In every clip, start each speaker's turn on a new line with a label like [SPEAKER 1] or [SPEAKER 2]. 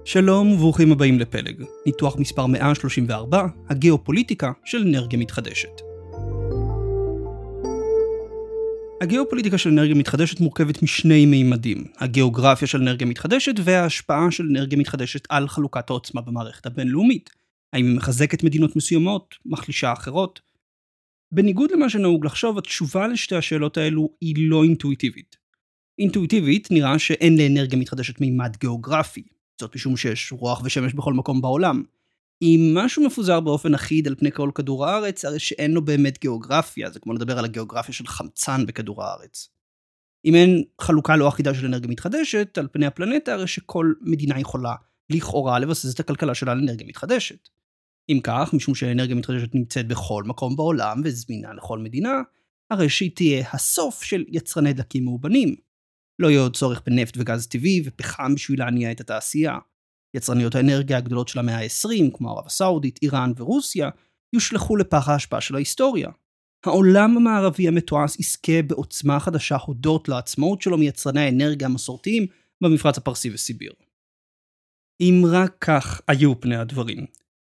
[SPEAKER 1] שלום וברוכים הבאים לפלג, ניתוח מספר 134, הגיאופוליטיקה של אנרגיה מתחדשת. הגיאופוליטיקה של אנרגיה מתחדשת מורכבת משני מימדים, הגיאוגרפיה של אנרגיה מתחדשת וההשפעה של אנרגיה מתחדשת על חלוקת העוצמה במערכת הבינלאומית. האם היא מחזקת מדינות מסוימות, מחלישה אחרות? בניגוד למה שנהוג לחשוב, התשובה לשתי השאלות האלו היא לא אינטואיטיבית. אינטואיטיבית נראה שאין לאנרגיה מתחדשת מימד גיאוגרפי. זאת משום שיש רוח ושמש בכל מקום בעולם. אם משהו מפוזר באופן אחיד על פני כל כדור הארץ, הרי שאין לו באמת גיאוגרפיה, זה כמו לדבר על הגיאוגרפיה של חמצן בכדור הארץ. אם אין חלוקה לא אחידה של אנרגיה מתחדשת על פני הפלנטה, הרי שכל מדינה יכולה לכאורה לבסס את הכלכלה שלה על אנרגיה מתחדשת. אם כך, משום שאנרגיה מתחדשת נמצאת בכל מקום בעולם וזמינה לכל מדינה, הרי שהיא תהיה הסוף של יצרני דלקים מאובנים. לא יהיה עוד צורך בנפט וגז טבעי ופחם בשביל להניע את התעשייה. יצרניות האנרגיה הגדולות של המאה ה-20, כמו ערב הסעודית, איראן ורוסיה, יושלחו לפח ההשפעה של ההיסטוריה. העולם המערבי המתועש יזכה בעוצמה חדשה הודות לעצמאות שלו מיצרני האנרגיה המסורתיים במפרץ הפרסי וסיביר. אם רק כך היו פני הדברים.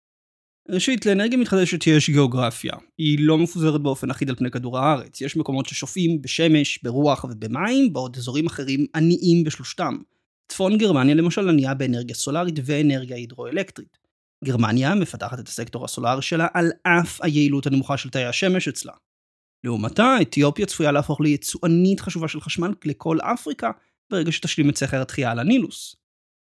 [SPEAKER 1] ראשית, לאנרגיה מתחדשת יש גיאוגרפיה. היא לא מפוזרת באופן אחיד על פני כדור הארץ. יש מקומות ששופעים בשמש, ברוח ובמים, בעוד אזורים אחרים עניים בשלושתם. צפון גרמניה למשל ענייה באנרגיה סולארית ואנרגיה הידרואלקטרית. גרמניה מפתחת את הסקטור הסולארי שלה על אף היעילות הנמוכה של תאי השמש אצלה. לעומתה, אתיופיה צפויה להפוך ליצואנית חשובה של חשמל לכל אפריקה, ברגע שתשלים את סכר התחייה על הנילוס.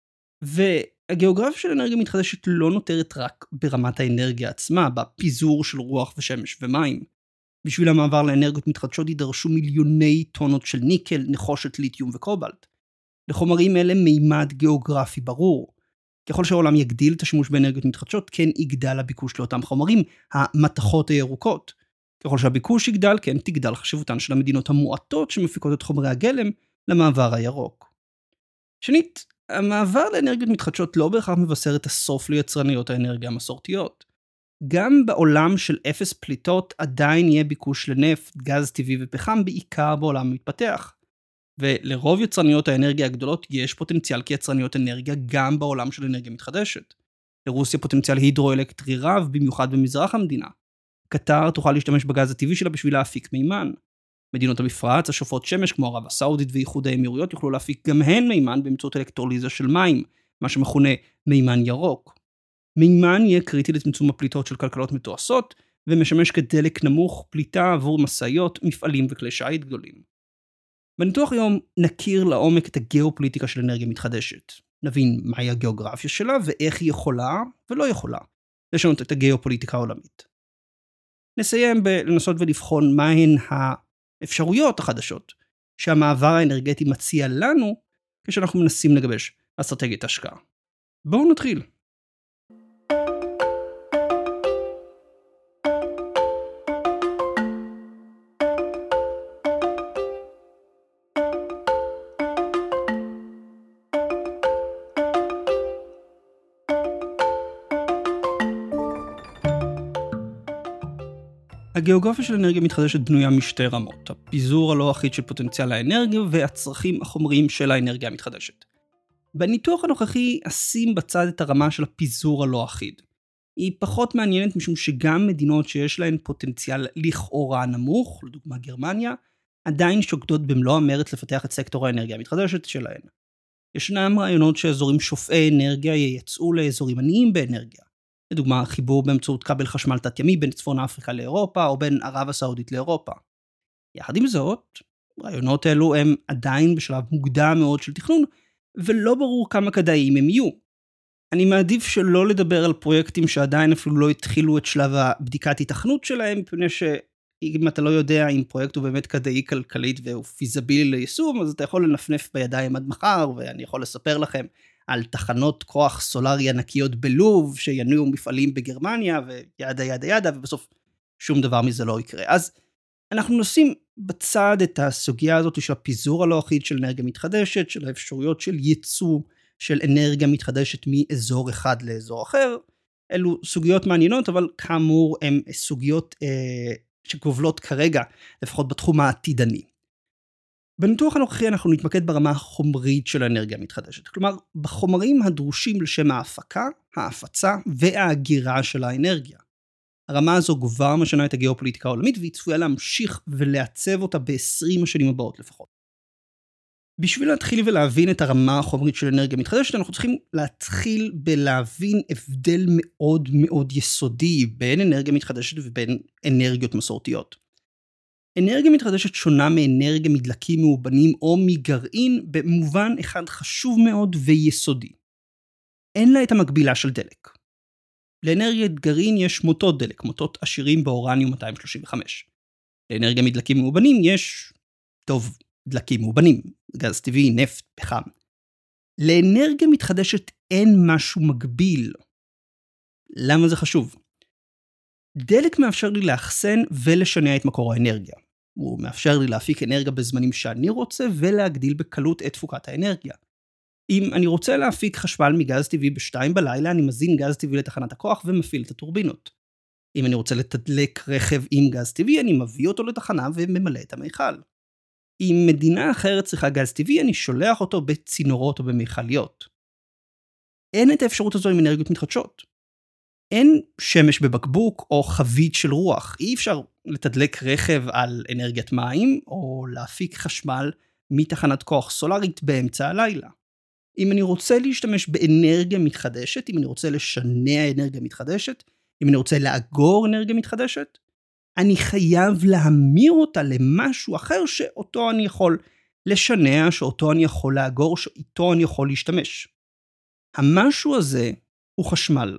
[SPEAKER 1] והגיאוגרפיה של אנרגיה מתחדשת לא נותרת רק ברמת האנרגיה עצמה, בפיזור של רוח ושמש ומים. בשביל המעבר לאנרגיות מתחדשות יידרשו מיליוני טונות של ניקל, נחושת, ליתיום וקובלט. לחומרים אלה מימד גיאוגרפי ברור. ככל שהעולם יגדיל את השימוש באנרגיות מתחדשות, כן יגדל הביקוש לאותם חומרים, המתכות הירוקות. ככל שהביקוש יגדל, כן תגדל חשיבותן של המדינות המועטות שמפיקות את חומרי הגלם למעבר הירוק. שנית, המעבר לאנרגיות מתחדשות לא בהכרח מבשר את הסוף ליצרניות האנרגיה המסורתיות. גם בעולם של אפס פליטות עדיין יהיה ביקוש לנפט, גז טבעי ופחם, בעיקר בעולם המתפתח. ולרוב יצרניות האנרגיה הגדולות יש פוטנציאל כיצרניות אנרגיה גם בעולם של אנרגיה מתחדשת. לרוסיה פוטנציאל הידרואלקטרי רב, במיוחד במזרח המדינה. קטר תוכל להשתמש בגז הטבעי שלה בשביל להפיק מימן. מדינות המפרץ, השופעות שמש כמו ערב הסעודית ואיחוד האמירויות יוכלו להפיק גם הן מימן באמצעות אלקטרוליזה של מים, מה שמכונה מימן ירוק. מימן יהיה קריטי לצמצום הפליטות של כלכלות מתועשות, ומשמש כדלק נמוך פליטה עבור מסעיות, מפעלים וכלי שיט גדולים. בניתוח היום נכיר לעומק את הגיאופוליטיקה של אנרגיה מתחדשת. נבין מהי הגיאוגרפיה שלה ואיך היא יכולה ולא יכולה לשנות את הגיאופוליטיקה העולמית. נסיים בלנסות ולבחון מהן האפשרויות החדשות שהמעבר האנרגטי מציע לנו כשאנחנו מנסים לגבש אסטרטגיית השקעה. בואו נתחיל. הגיאוגרפיה של אנרגיה מתחדשת בנויה משתי רמות, הפיזור הלא אחיד של פוטנציאל האנרגיה והצרכים החומריים של האנרגיה המתחדשת. בניתוח הנוכחי אשים בצד את הרמה של הפיזור הלא אחיד. היא פחות מעניינת משום שגם מדינות שיש להן פוטנציאל לכאורה נמוך, לדוגמה גרמניה, עדיין שוקדות במלוא המרץ לפתח את סקטור האנרגיה המתחדשת שלהן. ישנם רעיונות שאזורים שופעי אנרגיה ייצאו לאזורים עניים באנרגיה. לדוגמה, חיבור באמצעות כבל חשמל תת-ימי בין צפון אפריקה לאירופה, או בין ערב הסעודית לאירופה. יחד עם זאת, רעיונות אלו הם עדיין בשלב מוקדם מאוד של תכנון, ולא ברור כמה כדאיים הם יהיו. אני מעדיף שלא לדבר על פרויקטים שעדיין אפילו לא התחילו את שלב הבדיקת התכנות שלהם, מפני שאם אתה לא יודע אם פרויקט הוא באמת כדאי כלכלית והוא פיזבילי ליישום, אז אתה יכול לנפנף בידיים עד מחר, ואני יכול לספר לכם על תחנות כוח סולרי ענקיות בלוב, שינועו מפעלים בגרמניה, וידה ידה ידה, ובסוף שום דבר מזה לא יקרה. אז אנחנו נשים בצד את הסוגיה הזאת של הפיזור הלא אחיד של אנרגיה מתחדשת, של האפשרויות של ייצוא של אנרגיה מתחדשת מאזור אחד לאזור אחר. אלו סוגיות מעניינות, אבל כאמור הן סוגיות שגובלות כרגע, לפחות בתחום העתידני. בניתוח הנוכחי אנחנו נתמקד ברמה החומרית של האנרגיה המתחדשת, כלומר בחומרים הדרושים לשם ההפקה, ההפצה והאגירה של האנרגיה. הרמה הזו כבר משנה את הגיאופוליטיקה העולמית והיא צפויה להמשיך ולעצב אותה ב-20 השנים הבאות לפחות. בשביל להתחיל ולהבין את הרמה החומרית של אנרגיה מתחדשת, אנחנו צריכים להתחיל בלהבין הבדל מאוד מאוד יסודי בין אנרגיה מתחדשת ובין אנרגיות מסורתיות. אנרגיה מתחדשת שונה מאנרגיה מדלקים מאובנים או מגרעין במובן אחד חשוב מאוד ויסודי. אין לה את המקבילה של דלק. לאנרגיית גרעין יש מוטות דלק, מוטות עשירים באורניום 235. לאנרגיה מדלקים מאובנים יש, דלקים מאובנים, גז טבעי, נפט, פחם. לאנרגיה מתחדשת אין משהו מקביל. למה זה חשוב? דלק מאפשר לי לאחסן ולשנע את מקור האנרגיה. הוא מאפשר לי להפיק אנרגיה בזמנים שאני רוצה ולהגדיל בקלות את תפוקת האנרגיה. אם אני רוצה להפיק חשמל מגז טבעי ב-2 בלילה, אני מזין גז טבעי לתחנת הכוח ומפעיל את הטורבינות. אם אני רוצה לתדלק רכב עם גז טבעי, אני מביא אותו לתחנה וממלא את המיכל. אם מדינה אחרת צריכה גז טבעי, אני שולח אותו בצינורות או במכליות. אין את האפשרות הזו עם אנרגיות מתחדשות. אין שמש בבקבוק או חבית של רוח. אי אפשר לתדלק רכב על אנרגיית מים, או להפיק חשמל מתחנת כוח סולרית באמצע הלילה. אם אני רוצה להשתמש באנרגיה מתחדשת, אם אני רוצה לשנע אנרגיה מתחדשת, אם אני רוצה לאגור אנרגיה מתחדשת, אני חייב להמיר אותה למשהו אחר שאותו אני יכול לשנע, שאותו אני יכול לאגור, שאיתו אני יכול להשתמש. המשהו הזה הוא חשמל.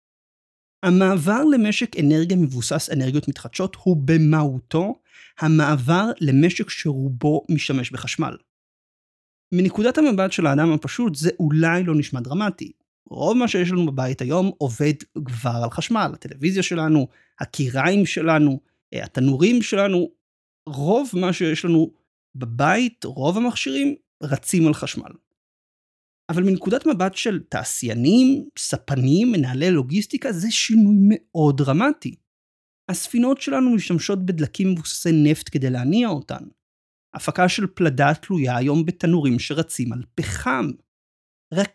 [SPEAKER 1] המעבר למשק אנרגיה מבוסס אנרגיות מתחדשות הוא במהותו המעבר למשק שרובו משתמש בחשמל. מנקודת המבט של האדם הפשוט זה אולי לא נשמע דרמטי. רוב מה שיש לנו בבית היום עובד כבר על חשמל. הטלוויזיה שלנו, הקיריים שלנו, התנורים שלנו, רוב מה שיש לנו בבית, רוב המכשירים רצים על חשמל. אבל מנקודת מבט של תעשיינים, ספנים, מנהלי לוגיסטיקה, זה שינוי מאוד דרמטי. הספינות שלנו משתמשות בדלקים מבוססי נפט כדי להניע אותן. הפקה של פלדה תלויה היום בתנורים שרצים על פחם. רק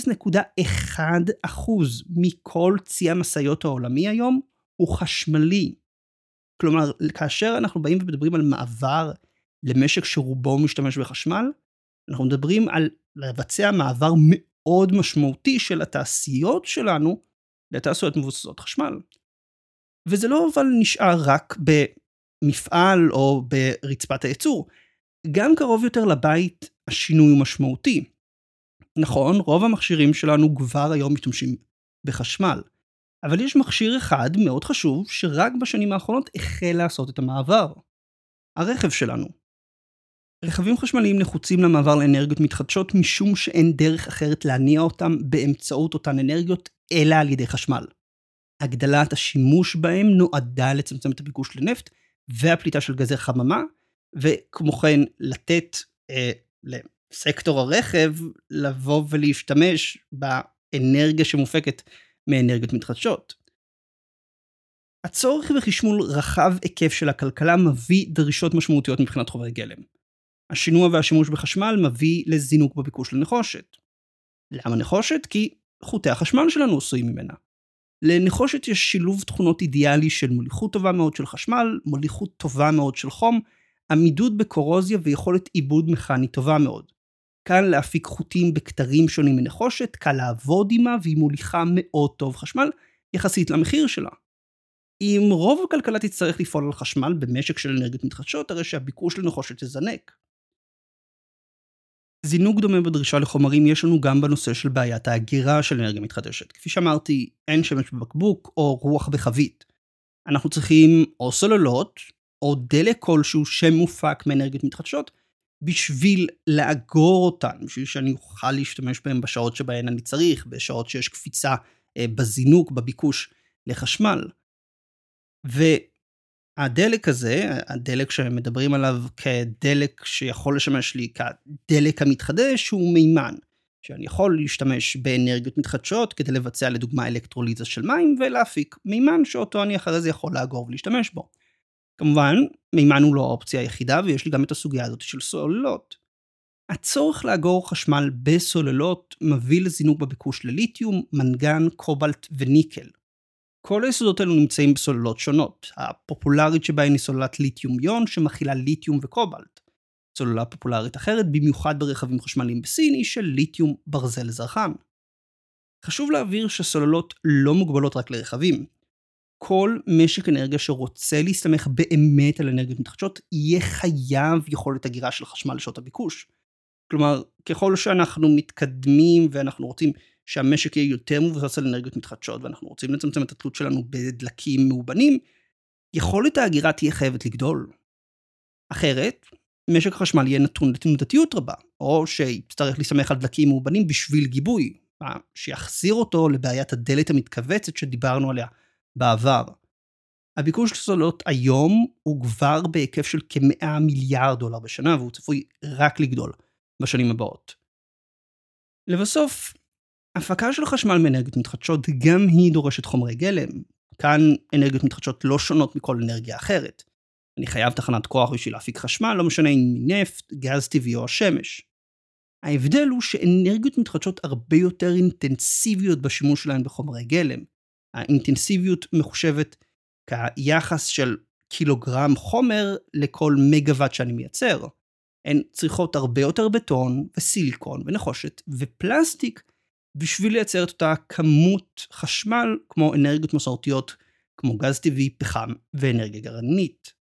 [SPEAKER 1] 0.1% מכל צי המשאיות העולמי היום הוא חשמלי. כלומר, כאשר אנחנו באים ומדברים על מעבר למשק שרובו משתמש בחשמל, אנחנו מדברים על לבצע מעבר מאוד משמעותי של התעשיות שלנו לתעשיות מבוססות חשמל. וזה לא אבל נשאר רק במפעל או ברצפת הייצור. גם קרוב יותר לבית השינוי הוא משמעותי. נכון, רוב המכשירים שלנו כבר היום משתמשים בחשמל. אבל יש מכשיר אחד מאוד חשוב שרק בשנים האחרונות החל לעשות את המעבר. הרכב שלנו. רכבים חשמליים נחוצים למעבר לאנרגיות מתחדשות משום שאין דרך אחרת להניע אותם באמצעות אותן אנרגיות אלא על ידי חשמל. הגדלת השימוש בהם נועדה לצמצם את הביקוש לנפט והפליטה של גזי חממה, וכמו כן לתת לסקטור הרכב לבוא ולהשתמש באנרגיה שמופקת מאנרגיות מתחדשות. הצורך בחשמול רחב היקף של הכלכלה מביא דרישות משמעותיות מבחינת חומרי גלם. השינוע והשימוש בחשמל מביא לזינוק בביקוש לנחושת. למה נחושת? כי חוטי החשמל שלנו עשויים ממנה. לנחושת יש שילוב תכונות אידיאלי של מוליכות טובה מאוד של חשמל, מוליכות טובה מאוד של חום, עמידות בקורוזיה ויכולת עיבוד מכני טובה מאוד. קל להפיק חוטים בקטרים שונים מנחושת, קל לעבוד עימה והיא מוליכה מאוד טוב חשמל יחסית למחיר שלה. אם רוב הכלכלה תצטרך לפעול על חשמל במשק של אנרגיות מתחדשות, הרי שהביקוש לנחושת יזנק. זינוק דומה בדרישה לחומרים יש לנו גם בנושא של בעיית האגירה של אנרגיה מתחדשת. כפי שאמרתי, אין שמש בבקבוק או רוח בחבית. אנחנו צריכים או סוללות או דלק כלשהו שמופק מאנרגיות מתחדשות בשביל לאגור אותן, בשביל שאני אוכל להשתמש בהם בשעות שבהן אני צריך, בשעות שיש קפיצה בזינוק, בביקוש לחשמל. והדלק הזה, הדלק שמדברים עליו כדלק שיכול לשמש לי כדלק המתחדש, הוא מימן, שאני יכול להשתמש באנרגיות מתחדשות כדי לבצע לדוגמה אלקטרוליזה של מים ולהפיק מימן שאותו אני אחרי זה יכול לאגור ולהשתמש בו. כמובן, מימן הוא לא האופציה היחידה, ויש לי גם את הסוגיה הזאת של סוללות. הצורך לאגור חשמל בסוללות מביא לזינוק בביקוש לליתיום, מנגן, קובלט וניקל. כל היסודות האלו נמצאים בסוללות שונות. הפופולרית שבהן היא סוללת ליתיום יון שמכילה ליתיום וקובלט. סוללה פופולרית אחרת, במיוחד ברכבים חשמליים בסין, היא של ליתיום ברזל זרחן. חשוב להבהיר שסוללות לא מוגבלות רק לרכבים. כל משק אנרגיה שרוצה להסתמך באמת על אנרגיות מתחדשות, יהיה חייב יכולת הגירה של חשמל לשעות הביקוש. כלומר, ככל שאנחנו מתקדמים ואנחנו רוצים שהמשק יהיה יותר מבוסס על אנרגיות מתחדשות, ואנחנו רוצים לצמצם את התלות שלנו בדלקים מאובנים, יכולת ההגירה תהיה חייבת לגדול. אחרת, משק החשמל יהיה נתון לתנודתיות רבה, או שיצטרך להסתמך על דלקים מאובנים בשביל גיבוי, שיחזיר אותו לבעיית הדלת המתכווצת שדיברנו עליה בעבר. הביקוש לסוללות היום הוא כבר בהיקף של כ$100 מיליארד בשנה, והוא צפוי רק לגדול בשנים הבאות. לבסוף, הפקה של חשמל מאנרגיות מתחדשות גם היא דורשת חומרי גלם. כאן אנרגיות מתחדשות לא שונות מכל אנרגיה אחרת. אני חייב תחנת כוח בשביל להפיק חשמל, לא משנה אם מנפט, גז טבעי או השמש. ההבדל הוא שאנרגיות מתחדשות הרבה יותר אינטנסיביות בשימוש שלהן בחומרי גלם. האינטנסיביות מחושבת כיחס של קילוגרם חומר לכל מגוואט שאני מייצר. הן צריכות הרבה יותר בטון וסיליקון ונחושת ופלסטיק בשביל לייצר את אותה כמות חשמל כמו אנרגיות מסורתיות כמו גז טבעי, פחם ואנרגיה גרעינית.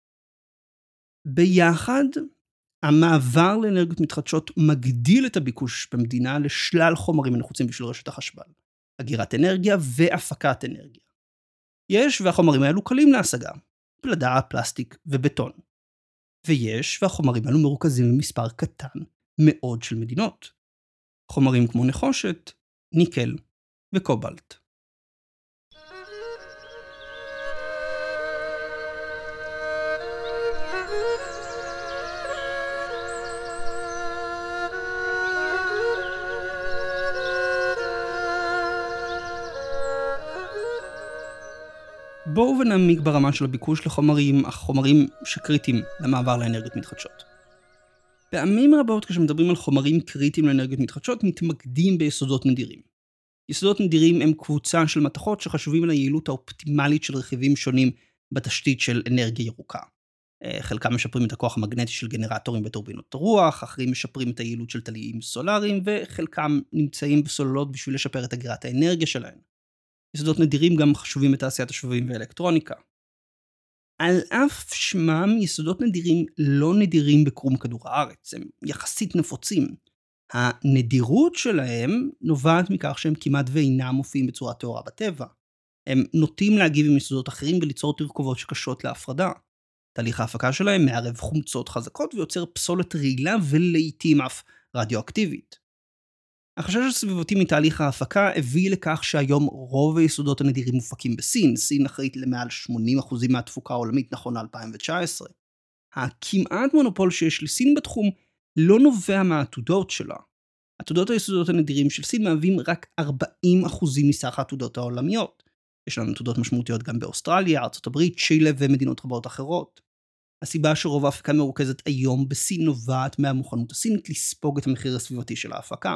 [SPEAKER 1] ביחד, המעבר לאנרגיות מתחדשות מגדיל את הביקוש במדינה לשלל חומרים הנחוצים בשביל רשת החשמל, אגירת אנרגיה והפקת אנרגיה. יש והחומרים האלו קלים להשגה, פלדה, פלסטיק ובטון. ויש והחומרים האלו מרוכזים במספר קטן מאוד של מדינות. חומרים כמו נחושת, ניקל וקובלט. בואו ונעמיק ברמה של הביקוש לחומרים שקריטיים למעבר לאנרגיות מתחדשות. פעמים רבות כשמדברים על חומרים קריטיים לאנרגיות מתחדשות מתמקדים ביסודות נדירים. יסודות נדירים הם קבוצה של מתכות שחשובים על היעילות האופטימלית של רכיבים שונים בתשתית של אנרגיה ירוקה. חלקם משפרים את הכוח המגנטי של גנרטורים בטורבינות רוח, אחרים משפרים את היעילות של תליים סולאריים, וחלקם נמצאים בסוללות בשביל לשפר את אגירת האנרגיה שלהם. יסודות נדירים גם חשובים בתעשיית השבבים ואלקטרוניקה. על אף שמם, יסודות נדירים לא נדירים בקרום כדור הארץ, הם יחסית נפוצים. הנדירות שלהם נובעת מכך שהם כמעט ואינם מופיעים בצורה טהורה בטבע. הם נוטים להגיב עם יסודות אחרים וליצור תרכובות שקשות להפרדה. תהליך ההפקה שלהם מערב חומצות חזקות ויוצר פסולת רעילה ולעיתים אף רדיואקטיבית. החשש הסביבתי מתהליך ההפקה הביא לכך שהיום רוב היסודות הנדירים מופקים בסין. סין אחראית למעל 80% מהתפוקה העולמית נכון ל-2019. הכמעט מונופול שיש לסין בתחום לא נובע מהעתודות שלה. עתודות היסודות הנדירים של סין מהווים רק 40% מסך העתודות העולמיות. יש לנו עתודות משמעותיות גם באוסטרליה, ארצות הברית, צ'ילה ומדינות רבות אחרות. הסיבה שרוב ההפקה מרוכזת היום בסין נובעת מהמוכנות הסינית לספוג את המחיר הסביבתי של ההפקה.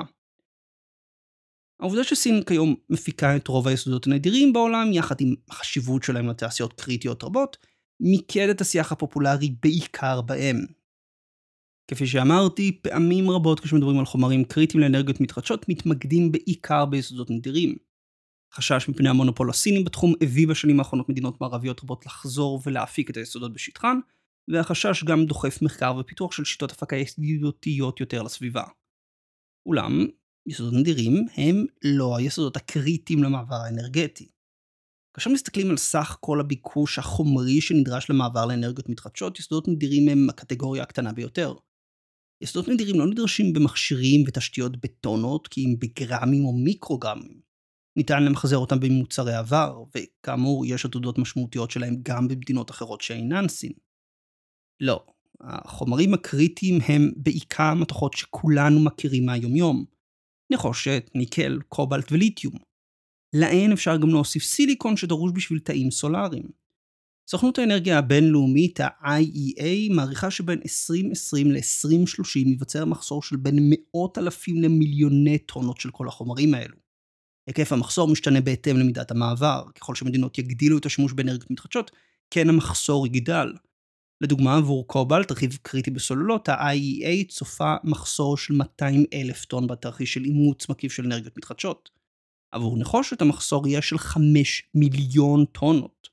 [SPEAKER 1] העובדה שסין כיום מפיקה את רוב היסודות הנדירים בעולם, יחד עם החשיבות שלהם לתעשיות קריטיות רבות, מיקד את השיח הפופולרי בעיקר בהם. כפי שאמרתי, פעמים רבות כשמדברים על חומרים קריטיים לאנרגיות מתחדשות, מתמקדים בעיקר ביסודות נדירים. חשש מפני המונופול הסיני בתחום הביא בשנים האחרונות מדינות מערביות רבות לחזור ולהפיק את היסודות בשטחן, והחשש גם דוחף מחקר ופיתוח של שיטות הפקה ידידותיות יותר לסביבה. אולם, יסודות נדירים הם לא היסודות הקריטיים למעבר האנרגטי. כאשר מסתכלים על סך כל הביקוש החומרי שנדרש למעבר לאנרגיות מתחדשות, יסודות נדירים הם הקטגוריה הקטנה ביותר. יסודות נדירים לא נדרשים במכשירים ותשתיות בטונות, כי אם בגרמים או מיקרוגרמים. ניתן למחזר אותם במוצרי עבר, וכאמור יש עתודות משמעותיות שלהם גם במדינות אחרות שאינן סין. לא, החומרים הקריטיים הם בעיקר מתכות שכולנו מכירים מהיומיום. נחושת, ניקל, קובלט וליתיום. להן אפשר גם להוסיף סיליקון שדרוש בשביל תאים סולאריים. סוכנות האנרגיה הבינלאומית, ה-IEA, מעריכה שבין 2020 ל-2030 ייווצר מחסור של בין מאות אלפים למיליוני טונות של כל החומרים האלו. היקף המחסור משתנה בהתאם למידת המעבר. ככל שמדינות יגדילו את השימוש באנרגיות מתחדשות, כן המחסור יגדל. לדוגמה, עבור קובלט, רכיב קריטי בסוללות, ה-IEA צופה מחסור של 200,000 טון בתרחיש של אימוץ מקיף של אנרגיות מתחדשות. עבור נחושת המחסור יהיה של 5 מיליון טונות.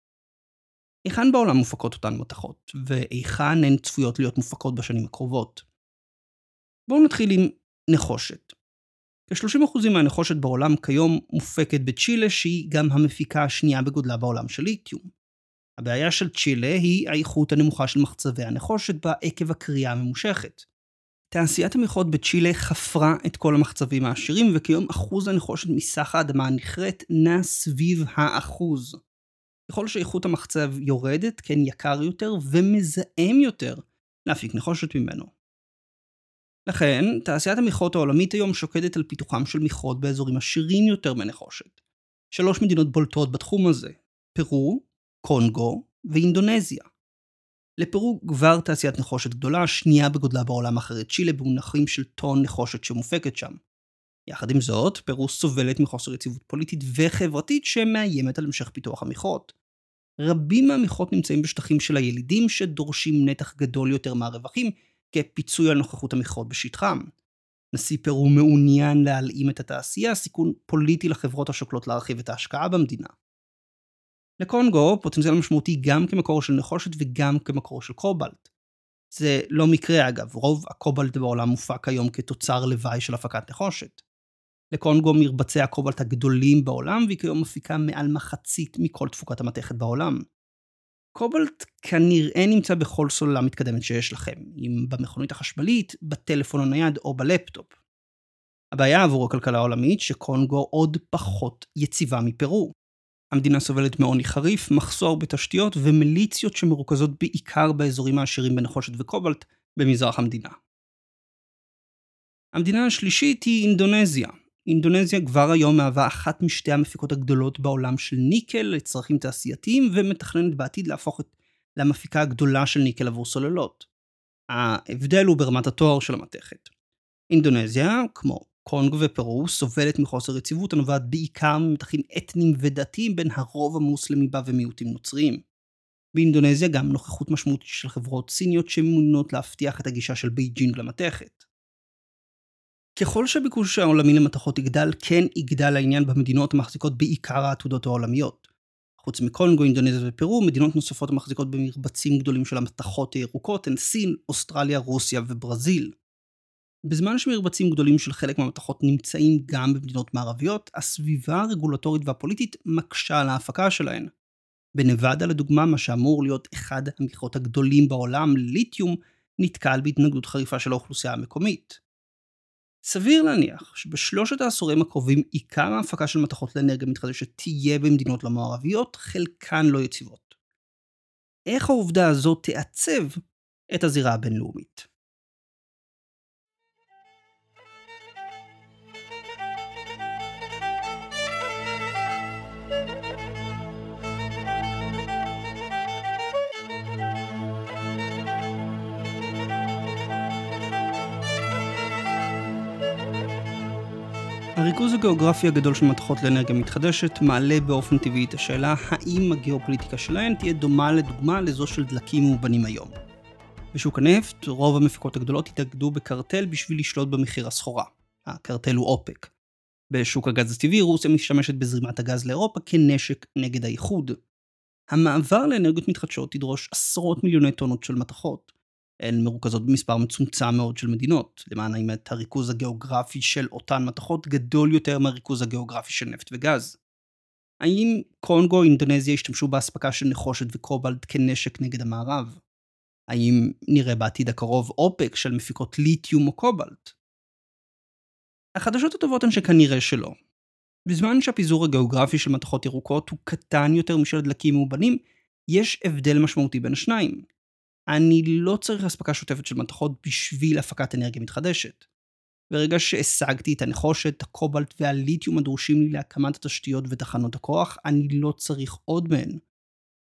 [SPEAKER 1] היכן בעולם מופקות אותן מתכות, והיכן הן צפויות להיות מופקות בשנים הקרובות? בואו נתחיל עם נחושת. כ-30% מהנחושת בעולם כיום מופקת בצ'ילה, שהיא גם המפיקה השנייה בגודלה בעולם של ליתיום. הבעיה של צ'ילה היא האיכות הנמוכה של מחצבי הנחושת בה עקב הקריאה הממושכת. תעשיית המכרות בצ'ילה חפרה את כל המחצבים העשירים, וכיום אחוז הנחושת מסך האדמה הנכרת נע סביב האחוז. ככל שאיכות המחצב יורדת, כן יקר יותר ומזהם יותר להפיק נחושת ממנו. לכן, תעשיית המכרות העולמית היום שוקדת על פיתוחם של מכרות באזורים עשירים יותר מנחושת. 3 מדינות בולטות בתחום הזה, פרו, קונגו ואינדונזיה. לפרו כבר תעשיית נחושת גדולה, שנייה בגודלה בעולם אחרי צ'ילה, במונחים של טון נחושת שמופקת שם. יחד עם זאת, פרו סובלת מחוסר יציבות פוליטית וחברתית שמאיימת על המשך פיתוח המכרות. רבים מהמכרות נמצאים בשטחים של הילידים שדורשים נתח גדול יותר מהרווחים כפיצוי על נוכחות המכרות בשטחם. נשיא פרו מעוניין להלאים את התעשייה, סיכון פוליטי לחברות השוקלות להרחיב את ההשקעה במדינה. לקונגו פוטנציאל משמעותי גם כמקור של נחושת וגם כמקור של קובלט. זה לא מקרה אגב, רוב הקובלט בעולם מופק היום כתוצר לוואי של הפקת נחושת. לקונגו מרבצי הקובלט הגדולים בעולם, והיא כיום מפיקה מעל מחצית מכל תפוקת המתכת בעולם. קובלט כנראה נמצא בכל סוללה מתקדמת שיש לכם, אם במכונית החשמלית, בטלפון הנייד או בלפטופ. הבעיה עבור הכלכלה העולמית שקונגו עוד פחות יציבה מפרו. המדינה סובלת מעוני חריף, מחסור בתשתיות ומיליציות שמרוכזות בעיקר באזורים העשירים בנחושת וקובלט במזרח המדינה. המדינה השלישית היא אינדונזיה. אינדונזיה כבר היום מהווה אחת משתי המפיקות הגדולות בעולם של ניקל לצרכים תעשייתיים, ומתכננת בעתיד להפוך למפיקה הגדולה של ניקל עבור סוללות. ההבדל הוא ברמת התואר של המתכת. אינדונזיה, כמו קונגו ופרו, סובלת מחוסר יציבות הנובעת בעיקר ממתחים אתניים ודתיים בין הרוב המוסלמי בה ומיעוטים נוצריים. באינדונזיה גם נוכחות משמעותית של חברות סיניות שמעוניינות להבטיח את הגישה של בייג'ינג למתכת. ככל שהביקוש העולמי למתכות יגדל, כן יגדל העניין במדינות המחזיקות בעיקר העתודות העולמיות. חוץ מקונגו, אינדונזיה ופרו, מדינות נוספות המחזיקות במרבצים גדולים של המתכות הירוקות הן סין, אוסטרליה, רוסיה וברזיל. בזמן שמרבצים גדולים של חלק מהמתכות נמצאים גם במדינות מערביות, הסביבה הרגולטורית והפוליטית מקשה על ההפקה שלהן. בנבדה לדוגמה, מה שאמור להיות אחד המכרות הגדולים בעולם, ליתיום, נתקל בהתנגדות חריפה של האוכלוסייה המקומית. סביר להניח שבשלושת העשורים הקרובים עיקר ההפקה של מתכות לאנרגיה מתחדשת תהיה במדינות לא מערביות, חלקן לא יציבות. איך העובדה הזאת תעצב את הזירה הבינלאומית? הריכוז הגיאוגרפי הגדול של מתכות לאנרגיה מתחדשת מעלה באופן טבעי את השאלה האם הגיאופוליטיקה שלהן תהיה דומה לדוגמה לזו של דלקים מאובנים היום. בשוק הנפט, רוב המפיקות הגדולות התאגדו בקרטל בשביל לשלוט במחיר הסחורה. הקרטל הוא אופק. בשוק הגז הטבעי, רוסיה משתמשת בזרימת הגז לאירופה כנשק נגד האיחוד. המעבר לאנרגיות מתחדשות תדרוש עשרות מיליוני טונות של מתכות. הן מרוכזות במספר מצומצם מאוד של מדינות, למען האמת הריכוז הגיאוגרפי של אותן מתכות גדול יותר מהריכוז הגיאוגרפי של נפט וגז. האם קונגו או אינדונזיה השתמשו בהספקה של נחושת וקובלט כנשק נגד המערב? האם נראה בעתיד הקרוב אופק של מפיקות ליתיום או קובלט? החדשות הטובות הן שכנראה שלא. בזמן שהפיזור הגיאוגרפי של מתכות ירוקות הוא קטן יותר משל דלקים מאובנים, יש הבדל משמעותי בין השניים. אני לא צריך הספקה שוטפת של מתכות בשביל הפקת אנרגיה מתחדשת. ברגע שהשגתי את הנחושת, הקובלט והליתיום הדרושים לי להקמת התשתיות ותחנות הכוח, אני לא צריך עוד מהן.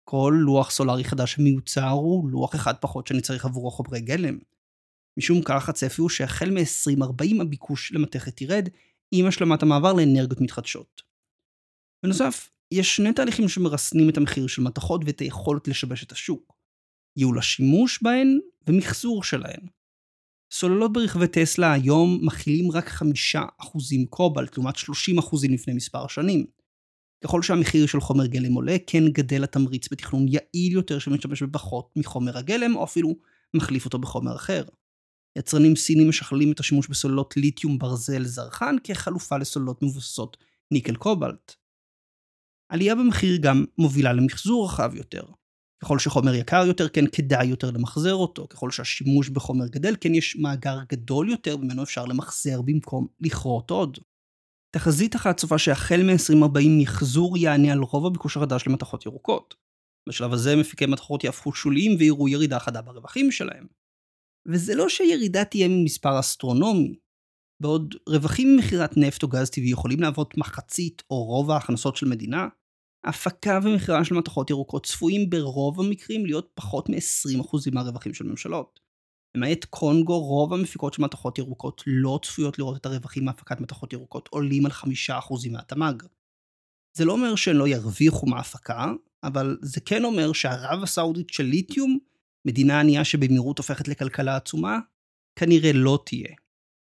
[SPEAKER 1] כל לוח סולרי חדש מיוצר הוא לוח אחד פחות שאני צריך עבורו חומרי גלם. משום כך הצפי הוא שהחל מ-2040 הביקוש למתכת ירד עם השלמת המעבר לאנרגיות מתחדשות. בנוסף, יש שני תהליכים שמרסנים את המחיר של מתכות ואת היכולת לשבש את השוק. ייעול השימוש בהן ומחזור שלהן. סוללות ברכבי טסלה היום מכילים רק 5% קובלט, לעומת 30% לפני מספר שנים. ככל שהמחיר של חומר גלם עולה, כן גדל התמריץ בתכנון יעיל יותר שמשתמש בפחות מחומר הגלם, או אפילו מחליף אותו בחומר אחר. יצרנים סינים משכללים את השימוש בסוללות ליתיום ברזל זרחן כחלופה לסוללות מבוססות ניקל קובלט. עלייה במחיר גם מובילה למחזור רחב יותר. ככל שחומר יקר יותר, כן כדאי יותר למחזר אותו. ככל שהשימוש בחומר גדל, כן יש מאגר גדול יותר, ממנו אפשר למחזר במקום לכרות עוד. תחזית אחת צופה שהחל מ-2040 מחזור יענה על רוב הביקוש החדש למתכות ירוקות. בשלב הזה מפיקי מתכות יהפכו שוליים ויראו ירידה חדה ברווחים שלהם. וזה לא שירידה תהיה ממספר אסטרונומי. בעוד רווחים ממכירת נפט או גז טבעי יכולים להוות מחצית או רוב ההכנסות של מדינה, ההפקה ומכירה של מתכות ירוקות צפויים ברוב המקרים להיות פחות מ-20% מהרווחים של ממשלות. למעט קונגו, רוב המפיקות של מתכות ירוקות לא צפויות לראות את הרווחים מהפקת מתכות ירוקות עולים על 5% מהתמ"ג. זה לא אומר שהן לא ירוויחו מההפקה, אבל זה כן אומר שהערב הסעודית של ליתיום, מדינה ענייה שבמהירות הופכת לכלכלה עצומה, כנראה לא תהיה.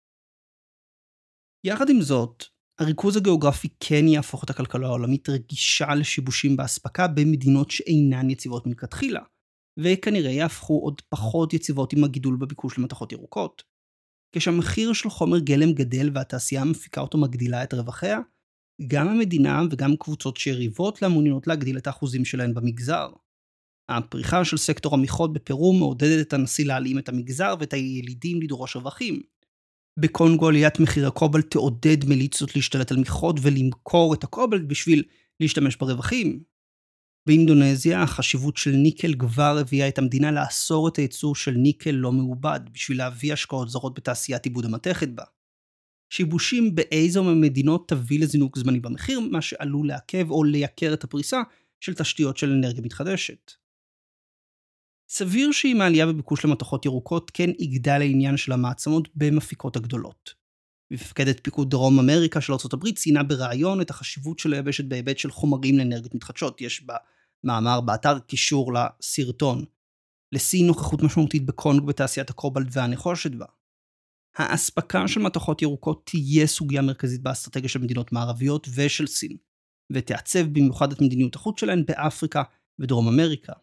[SPEAKER 1] יחד עם זאת, הריכוז הגיאוגרפי כן יהפוך את הכלכלה העולמית רגישה לשיבושים בהספקה במדינות שאינן יציבות מלכתחילה, וכנראה יהפכו עוד פחות יציבות עם הגידול בביקוש למתכות ירוקות. כשהמחיר של חומר גלם גדל והתעשייה המפיקה אותו מגדילה את רווחיה, גם המדינה וגם קבוצות שיריבות לה מעוניינות להגדיל את האחוזים שלהן במגזר. הפריחה של סקטור המכרות בפרו מעודדת את הנשיא להעלים את המגזר ואת הילידים לדרוש רווחים. בקונגו עליית מחיר הקובלט תעודד מיליציות להשתלט על מכרות ולמכור את הקובלט בשביל להשתמש ברווחים. באינדונזיה החשיבות של ניקל כבר הביאה את המדינה לאסור את הייצור של ניקל לא מעובד בשביל להביא השקעות זרות בתעשיית עיבוד המתכת בה. שיבושים באיזו ממדינות תביא לזינוק זמני במחיר, מה שעלול לעכב או לייקר את הפריסה של תשתיות של אנרגיה מתחדשת. סביר שעם העלייה בביקוש למתכות ירוקות כן יגדל העניין של המעצמות במפיקות הגדולות. מפקדת פיקוד דרום אמריקה של ארצות הברית ציינה ברעיון את החשיבות של היבשת בהיבט של חומרים לאנרגיות מתחדשות. יש במאמר באתר קישור לסרטון. לסין נוכחות משמעותית בקונגו בתעשיית הקובלט והנחושת בה. האספקה של מתכות ירוקות תהיה סוגיה מרכזית באסטרטגיה של מדינות מערביות ושל סין, ותעצב במיוחד את מדיניות החוץ שלהן באפריקה ודרום אמריקה.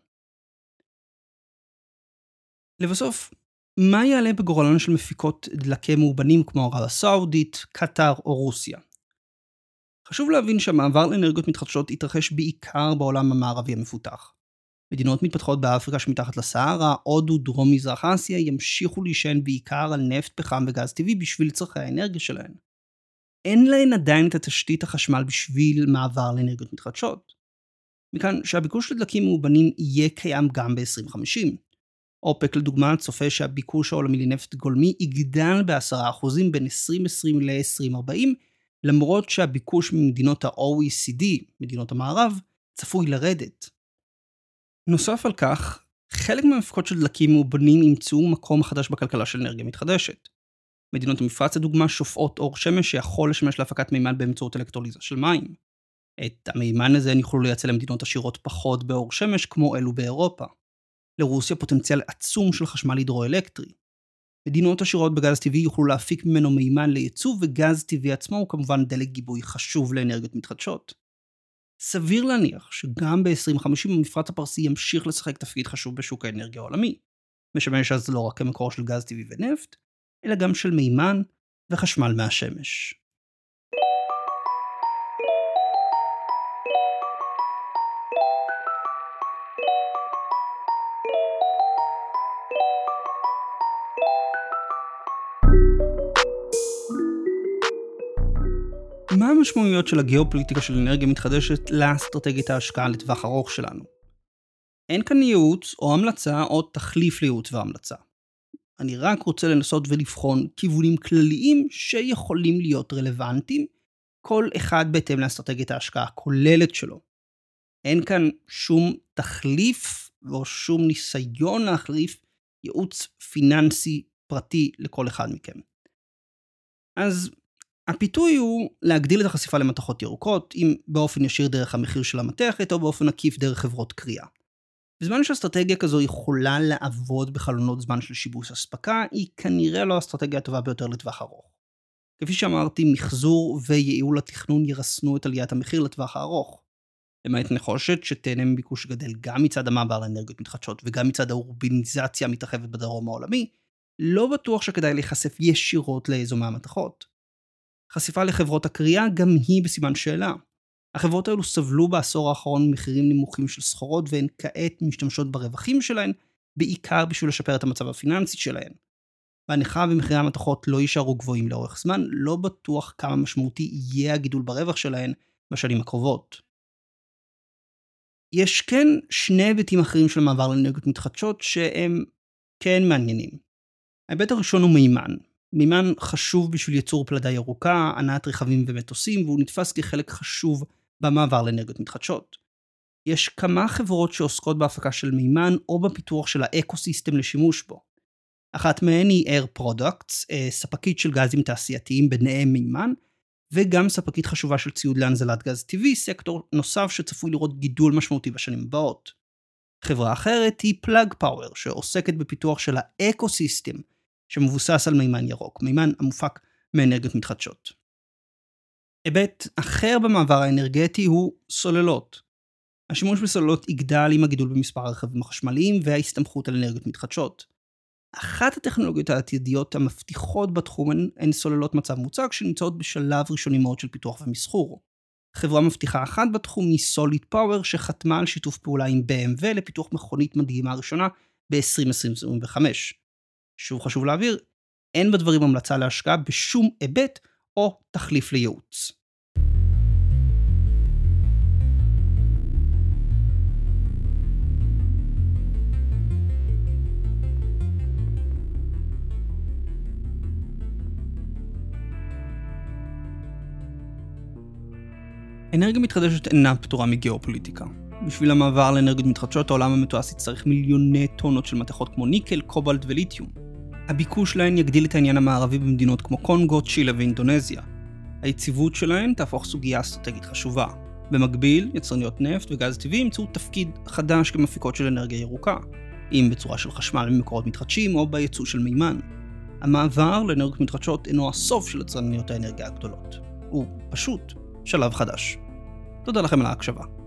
[SPEAKER 1] לבסוף, מה יעלה בגורלן של מפיקות דלקי מאובנים כמו ערב הסעודית, קטר או רוסיה? חשוב להבין שהמעבר לאנרגיות מתחדשות יתרחש בעיקר בעולם המערבי המפותח. מדינות מתפתחות באפריקה שמתחת לסהרה, הודו, דרום מזרח אסיה ימשיכו להישען בעיקר על נפט, פחם וגז טבעי בשביל צורכי האנרגיה שלהן. אין להן עדיין את התשתית החשמל בשביל מעבר לאנרגיות מתחדשות. מכאן שהביקוש לדלקים מאובנים יהיה קיים גם ב-2050. אופק לדוגמה צופה שהביקוש העולמי לנפט גולמי יגדל ב10% בין 2020 ל-2040, למרות שהביקוש ממדינות ה-OECD, מדינות המערב, צפוי לרדת. נוסף על כך, חלק מהמפיקות של דלקים מאובנים ימצאו מקום חדש בכלכלה של אנרגיה מתחדשת. מדינות המפרץ לדוגמה שופעות אור שמש שיכול לשמש להפקת מימן באמצעות אלקטרוליזה של מים. את המימן הזה הן יוכלו לייצא למדינות עשירות פחות באור שמש כמו אלו באירופה. לרוסיה פוטנציאל עצום של חשמל הידרואלקטרי. מדינות עשירות בגז טבעי יוכלו להפיק ממנו מימן לייצוא, וגז טבעי עצמו הוא כמובן דלק גיבוי חשוב לאנרגיות מתחדשות. סביר להניח שגם ב-2050 המפרץ הפרסי ימשיך לשחק תפקיד חשוב בשוק האנרגיה העולמי. משמש אז לא רק כמקור של גז טבעי ונפט, אלא גם של מימן וחשמל מהשמש. מה המשמעויות של הגיאופוליטיקה של אנרגיה מתחדשת לאסטרטגיית ההשקעה לטווח ארוך שלנו? אין כאן ייעוץ או המלצה או תחליף לייעוץ והמלצה. אני רק רוצה לנסות ולבחון כיוונים כלליים שיכולים להיות רלוונטיים, כל אחד בהתאם לאסטרטגיית ההשקעה הכוללת שלו. אין כאן שום תחליף או שום ניסיון להחליף ייעוץ פיננסי פרטי לכל אחד מכם. אז הפיתוי הוא להגדיל את החשיפה למתכות ירוקות, אם באופן ישיר דרך המחיר של המתכת או באופן עקיף דרך חברות קריאה. בזמן שאסטרטגיה כזו יכולה לעבוד בחלונות זמן של שיבוש אספקה, היא כנראה לא האסטרטגיה הטובה ביותר לטווח ארוך. כפי שאמרתי, מחזור וייעול התכנון ירסנו את עליית המחיר לטווח הארוך. למעט נחושת שתהנה מביקוש גדל גם מצד המעבר לאנרגיות מתחדשות וגם מצד האורבניזציה המתרחבת בדרום העולמי, לא בטוח שכדאי להיחשף ישירות לאיזו מהמתכות. חשיפה לחברות הקריאה גם היא בסימן שאלה. החברות האלו סבלו בעשור האחרון מחירים נמוכים של סחורות והן כעת משתמשות ברווחים שלהן, בעיקר בשביל לשפר את המצב הפיננסי שלהן. בהנחה ומחירי המתכות לא יישארו גבוהים לאורך זמן, לא בטוח כמה משמעותי יהיה הגידול ברווח שלהן בשנים הקרובות. יש כן שני היבטים אחרים של מעבר לאנרגיות מתחדשות שהם כן מעניינים. ההיבט הראשון הוא מימן. מימן חשוב בשביל ייצור פלדה ירוקה, הנעת רכבים ומטוסים, והוא נתפס כחלק חשוב במעבר לאנרגיות מתחדשות. יש כמה חברות שעוסקות בהפקה של מימן או בפיתוח של האקוסיסטם לשימוש בו. אחת מהן היא Air Products, ספקית של גזים תעשייתיים ביניהם מימן, וגם ספקית חשובה של ציוד להנזלת גז טבעי, סקטור נוסף שצפוי לראות גידול משמעותי בשנים הבאות. חברה אחרת היא Plug Power, שעוסקת בפיתוח של האקוסיסטם, שמבוסס על מימן ירוק, מימן המופק מאנרגיות מתחדשות. היבט אחר במעבר האנרגטי הוא סוללות. השימוש בסוללות יגדל עם הגידול במספר הרכבים החשמליים וההסתמכות על אנרגיות מתחדשות. אחת הטכנולוגיות העתידיות המבטיחות בתחום הן סוללות מצב מוצק שנמצאות בשלב ראשוני מאוד של פיתוח ומסחור. חברה מבטיחה אחת בתחום היא Solid Power שחתמה על שיתוף פעולה עם BMW לפיתוח מכונית מדהימה ראשונה ב-2025. שוב חשוב להבהיר, אין בדברים המלצה להשקעה בשום היבט או תחליף לייעוץ. אנרגיה מתחדשת אינה פטורה מגיאופוליטיקה. בשביל המעבר לאנרגיות מתחדשות, העולם המתועש יצטרך מיליוני טונות של מתכות כמו ניקל, קובלט וליתיום. הביקוש להן יגדיל את העניין המערבי במדינות כמו קונגו, צ'ילה ואינדונזיה. היציבות שלהן תהפוך סוגיה אסטרטגית חשובה. במקביל, יצרניות נפט וגז טבעי ימצאו תפקיד חדש כמפיקות של אנרגיה ירוקה, אם בצורה של חשמל ממקורות מתחדשים או בייצוא של מימן. המעבר לאנרגיות מתחדשות אינו הסוף של יצרניות האנרגיה הגדולות. הוא פשוט שלב חדש. תודה לכם על ההקשבה.